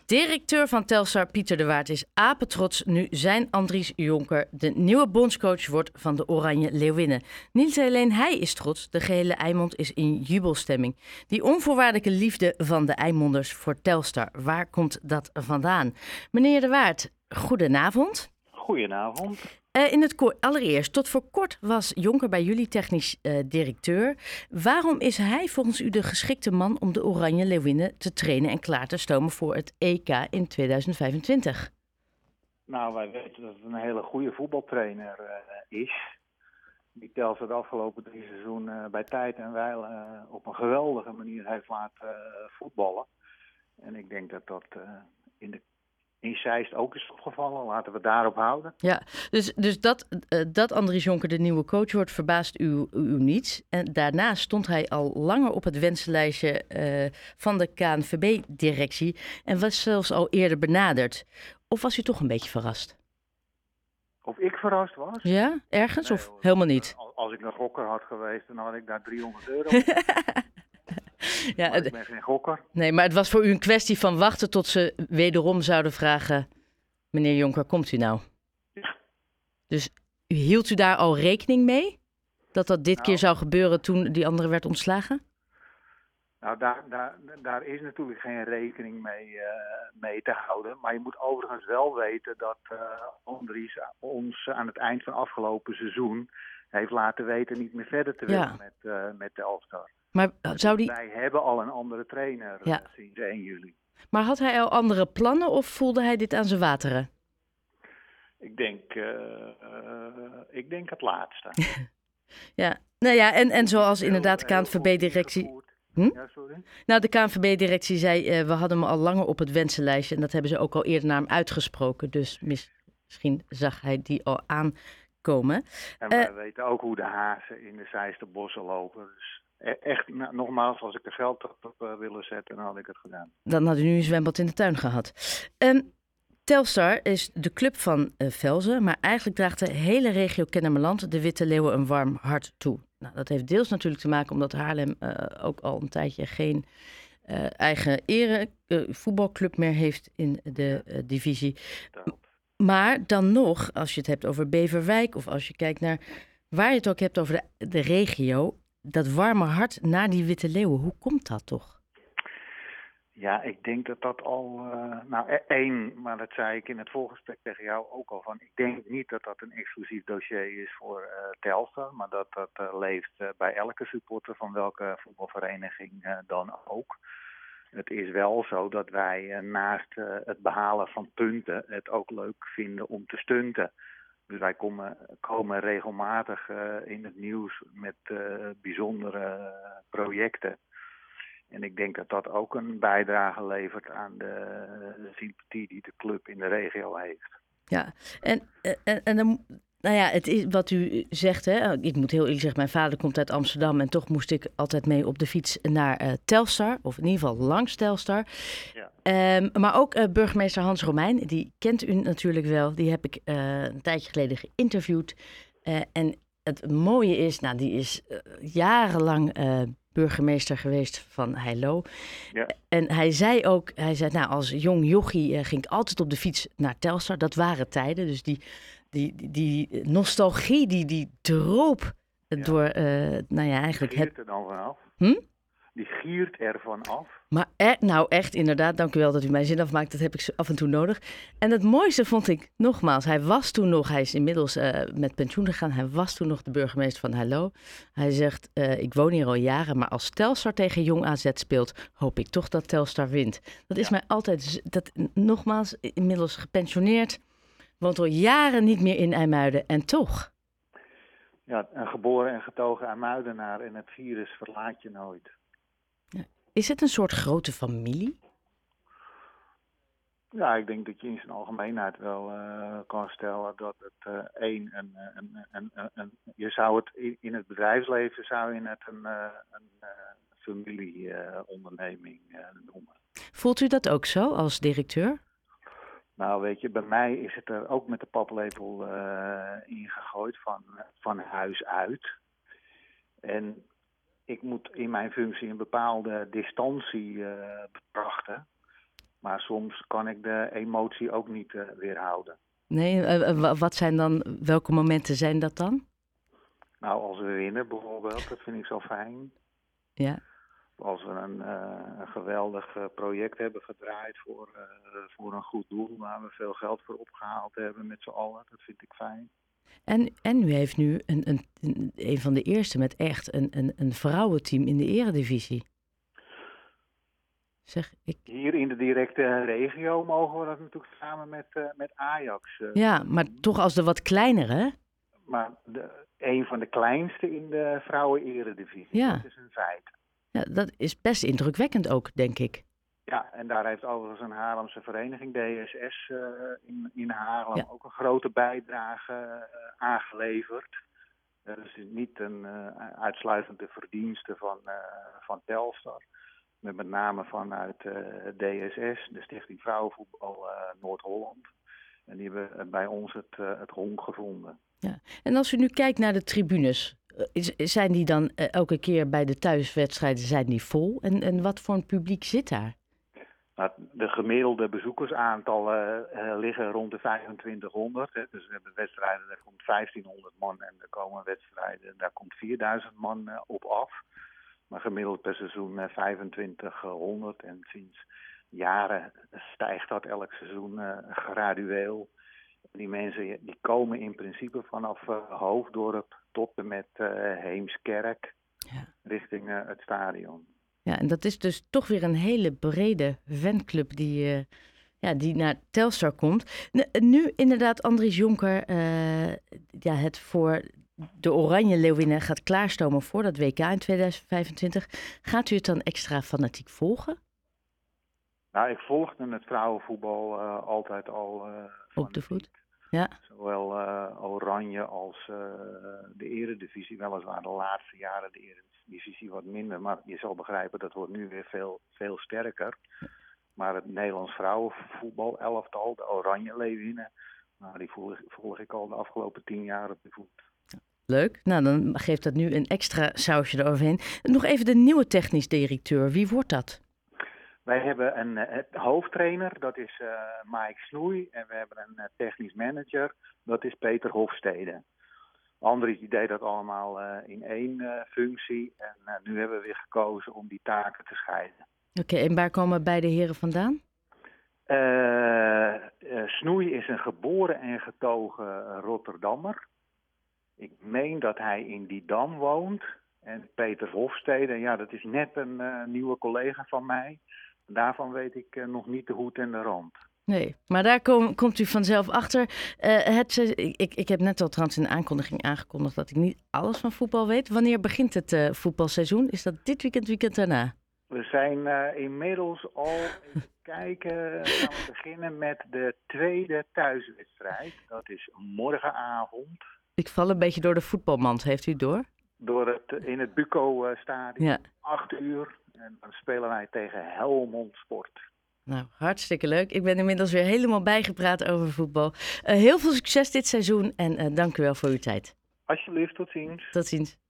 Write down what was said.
Directeur van Telstar, Pieter de Waard, is apetrots nu zijn Andries Jonker de nieuwe bondscoach wordt van de Oranje Leeuwinnen. Niet alleen hij is trots, de gehele Eimond is in jubelstemming. Die onvoorwaardelijke liefde van de Eimonders voor Telstar, waar komt dat vandaan? Meneer de Waard, goedenavond. Goedenavond. Allereerst, tot voor kort was Jonker bij jullie technisch directeur. Waarom is hij volgens u de geschikte man om de Oranje Leeuwinnen te trainen en klaar te stomen voor het EK in 2025? Nou, wij weten dat het een hele goede voetbaltrainer is. Die Telstar de afgelopen 3 seizoenen bij tijd en wijl op een geweldige manier heeft laten voetballen. En ik denk dat dat in Zeist ook is opgevallen. Laten we daarop houden. Ja, dus dat Andries Jonker de nieuwe coach wordt, verbaast u niet. En daarna stond hij al langer op het wensenlijstje van de KNVB-directie en was zelfs al eerder benaderd. Of was u toch een beetje verrast? Of ik verrast was? Ja, ergens of helemaal niet? Als ik een gokker had geweest, dan had ik daar €300. Ja, maar ik ben geen gokker. Nee, maar het was voor u een kwestie van wachten tot ze wederom zouden vragen: meneer Jonker, komt u nou? Ja. Dus hield u daar al rekening mee? Dat dit keer zou gebeuren toen die andere werd ontslagen? Nou, daar is natuurlijk geen rekening mee te houden. Maar je moet overigens wel weten dat Andries ons aan het eind van afgelopen seizoen heeft laten weten niet meer verder te willen met Telstar. Maar Wij hebben al een andere trainer sinds 1 juli. Maar had hij al andere plannen of voelde hij dit aan zijn wateren? Ik denk het laatste. Ja, nou ja, en zoals inderdaad de KNVB-directie... Ja, sorry? Nou, de KNVB-directie zei, we hadden hem al langer op het wensenlijstje. En dat hebben ze ook al eerder naar hem uitgesproken. Dus misschien zag hij die al aankomen. En wij weten ook hoe de hazen in de Zeisterbossen lopen. Dus echt, nogmaals, als ik er geld op willen zetten, dan had ik het gedaan. Dan had u nu een zwembad in de tuin gehad. Telstar is de club van Velzen, maar eigenlijk draagt de hele regio Kennemerland de Witte Leeuwen een warm hart toe. Nou, dat heeft deels natuurlijk te maken omdat Haarlem ook al een tijdje geen eigen voetbalclub meer heeft in de divisie. Maar dan nog, als je het hebt over Beverwijk of als je kijkt naar waar je het ook hebt over de regio, dat warme hart naar die Witte Leeuwen, hoe komt dat toch? Ja, ik denk dat al... maar dat zei ik in het voorgesprek tegen jou ook al van. Ik denk niet dat dat een exclusief dossier is voor Telstar, maar dat leeft bij elke supporter van welke voetbalvereniging dan ook. Het is wel zo dat wij naast het behalen van punten het ook leuk vinden om te stunten. Dus wij komen regelmatig in het nieuws met bijzondere projecten. En ik denk dat dat ook een bijdrage levert aan de sympathie die de club in de regio heeft. Ja, en dan, nou ja, het is wat u zegt, hè. Ik moet heel eerlijk zeggen, mijn vader komt uit Amsterdam en toch moest ik altijd mee op de fiets naar Telstar, of in ieder geval langs Telstar. Ja. Maar ook burgemeester Hans Romein, die kent u natuurlijk wel. Die heb ik een tijdje geleden geïnterviewd. En het mooie is, nou, die is jarenlang burgemeester geweest van Heilo. Ja. En hij zei, nou, als jong jochie ging ik altijd op de fiets naar Telstar. Dat waren tijden, dus die nostalgie, die droop door, nou ja, eigenlijk... Die giert er dan vanaf. Die giert er vanaf. Maar echt inderdaad, dank u wel dat u mijn zin afmaakt. Dat heb ik af en toe nodig. En het mooiste vond ik, nogmaals, hij is inmiddels met pensioen gegaan. Hij was toen nog de burgemeester van Heilo. Hij zegt, ik woon hier al jaren, maar als Telstar tegen Jong AZ speelt, hoop ik toch dat Telstar wint. Dat is mij altijd, nogmaals, inmiddels gepensioneerd. Woont al jaren niet meer in IJmuiden en toch. Ja, een geboren en getogen IJmuidenaar en het virus verlaat je nooit. Is het een soort grote familie? Ja, ik denk dat je in zijn algemeenheid wel kan stellen dat het je zou het in het bedrijfsleven zou je het een familieonderneming noemen. Voelt u dat ook zo als directeur? Nou, weet je, bij mij is het er ook met de paplepel ingegooid van huis uit. En ik moet in mijn functie een bepaalde distantie betrachten. Maar soms kan ik de emotie ook niet weerhouden. Nee, welke momenten zijn dat dan? Nou, als we winnen bijvoorbeeld, dat vind ik zo fijn. Ja. Als we een geweldig project hebben gedraaid voor een goed doel, waar we veel geld voor opgehaald hebben met z'n allen, dat vind ik fijn. En u heeft nu een van de eerste met echt een vrouwenteam in de eredivisie. Hier in de directe regio mogen we dat natuurlijk samen met Ajax. Ja, maar toch als de wat kleinere. Maar een van de kleinste in de vrouwen-eredivisie. Ja. Dat is een feit. Ja, dat is best indrukwekkend ook, denk ik. Ja, en daar heeft overigens een Haarlemse vereniging, DSS, in Haarlem ook een grote bijdrage aangeleverd. Dat is niet een uitsluitende verdienste van Telstar. Met name vanuit DSS, de Stichting Vrouwenvoetbal Noord-Holland. En die hebben bij ons het honk gevonden. Ja. En als u nu kijkt naar de tribunes, zijn die dan elke keer bij de thuiswedstrijden vol? En wat voor een publiek zit daar? Nou, de gemiddelde bezoekersaantallen liggen rond de 2500. Hè. Dus we hebben wedstrijden, daar komt 1500 man en er komen wedstrijden, daar komt 4000 man op af. Maar gemiddeld per seizoen 2500 en sinds jaren stijgt dat elk seizoen gradueel. Die mensen die komen in principe vanaf Hoofddorp tot en met Heemskerk richting het stadion. Ja, en dat is dus toch weer een hele brede fanclub die naar Telstar komt. Nu inderdaad Andries Jonker het voor de Oranje Leeuwinnen gaat klaarstomen voor dat WK in 2025. Gaat u het dan extra fanatiek volgen? Nou, ik volgde het vrouwenvoetbal altijd al op de voet. Ja. Zowel Oranje als de Eredivisie. Weliswaar de laatste jaren de Eredivisie wat minder. Maar je zal begrijpen, dat wordt nu weer veel sterker. Maar het Nederlands vrouwenvoetbal elftal, de Oranje Leeuwinnen, nou, die volg ik al de afgelopen 10 jaar op de voet. Leuk. Nou, dan geeft dat nu een extra sausje eroverheen. Nog even de nieuwe technisch directeur. Wie wordt dat? Wij hebben een hoofdtrainer, dat is Mike Snoei. En we hebben een technisch manager, dat is Peter Hofstede. Andries die deed dat allemaal in één functie. En nu hebben we weer gekozen om die taken te scheiden. Oké, en waar komen beide heren vandaan? Snoei is een geboren en getogen Rotterdammer. Ik meen dat hij in Didam woont. En Peter Hofstede, ja, dat is net een nieuwe collega van mij. Daarvan weet ik nog niet de hoed en de rand. Nee, maar daar komt u vanzelf achter. Ik heb net al trouwens in de aankondiging aangekondigd dat ik niet alles van voetbal weet. Wanneer begint het voetbalseizoen? Is dat dit weekend daarna? We zijn inmiddels al, even kijken, gaan we beginnen met de tweede thuiswedstrijd. Dat is morgenavond. Ik val een beetje door de voetbalmand, heeft u het door? In het Buco-stadion, ja. 8 uur. En dan spelen wij tegen Helmond Sport. Nou, hartstikke leuk. Ik ben inmiddels weer helemaal bijgepraat over voetbal. Heel veel succes dit seizoen en dank u wel voor uw tijd. Alsjeblieft, tot ziens. Tot ziens.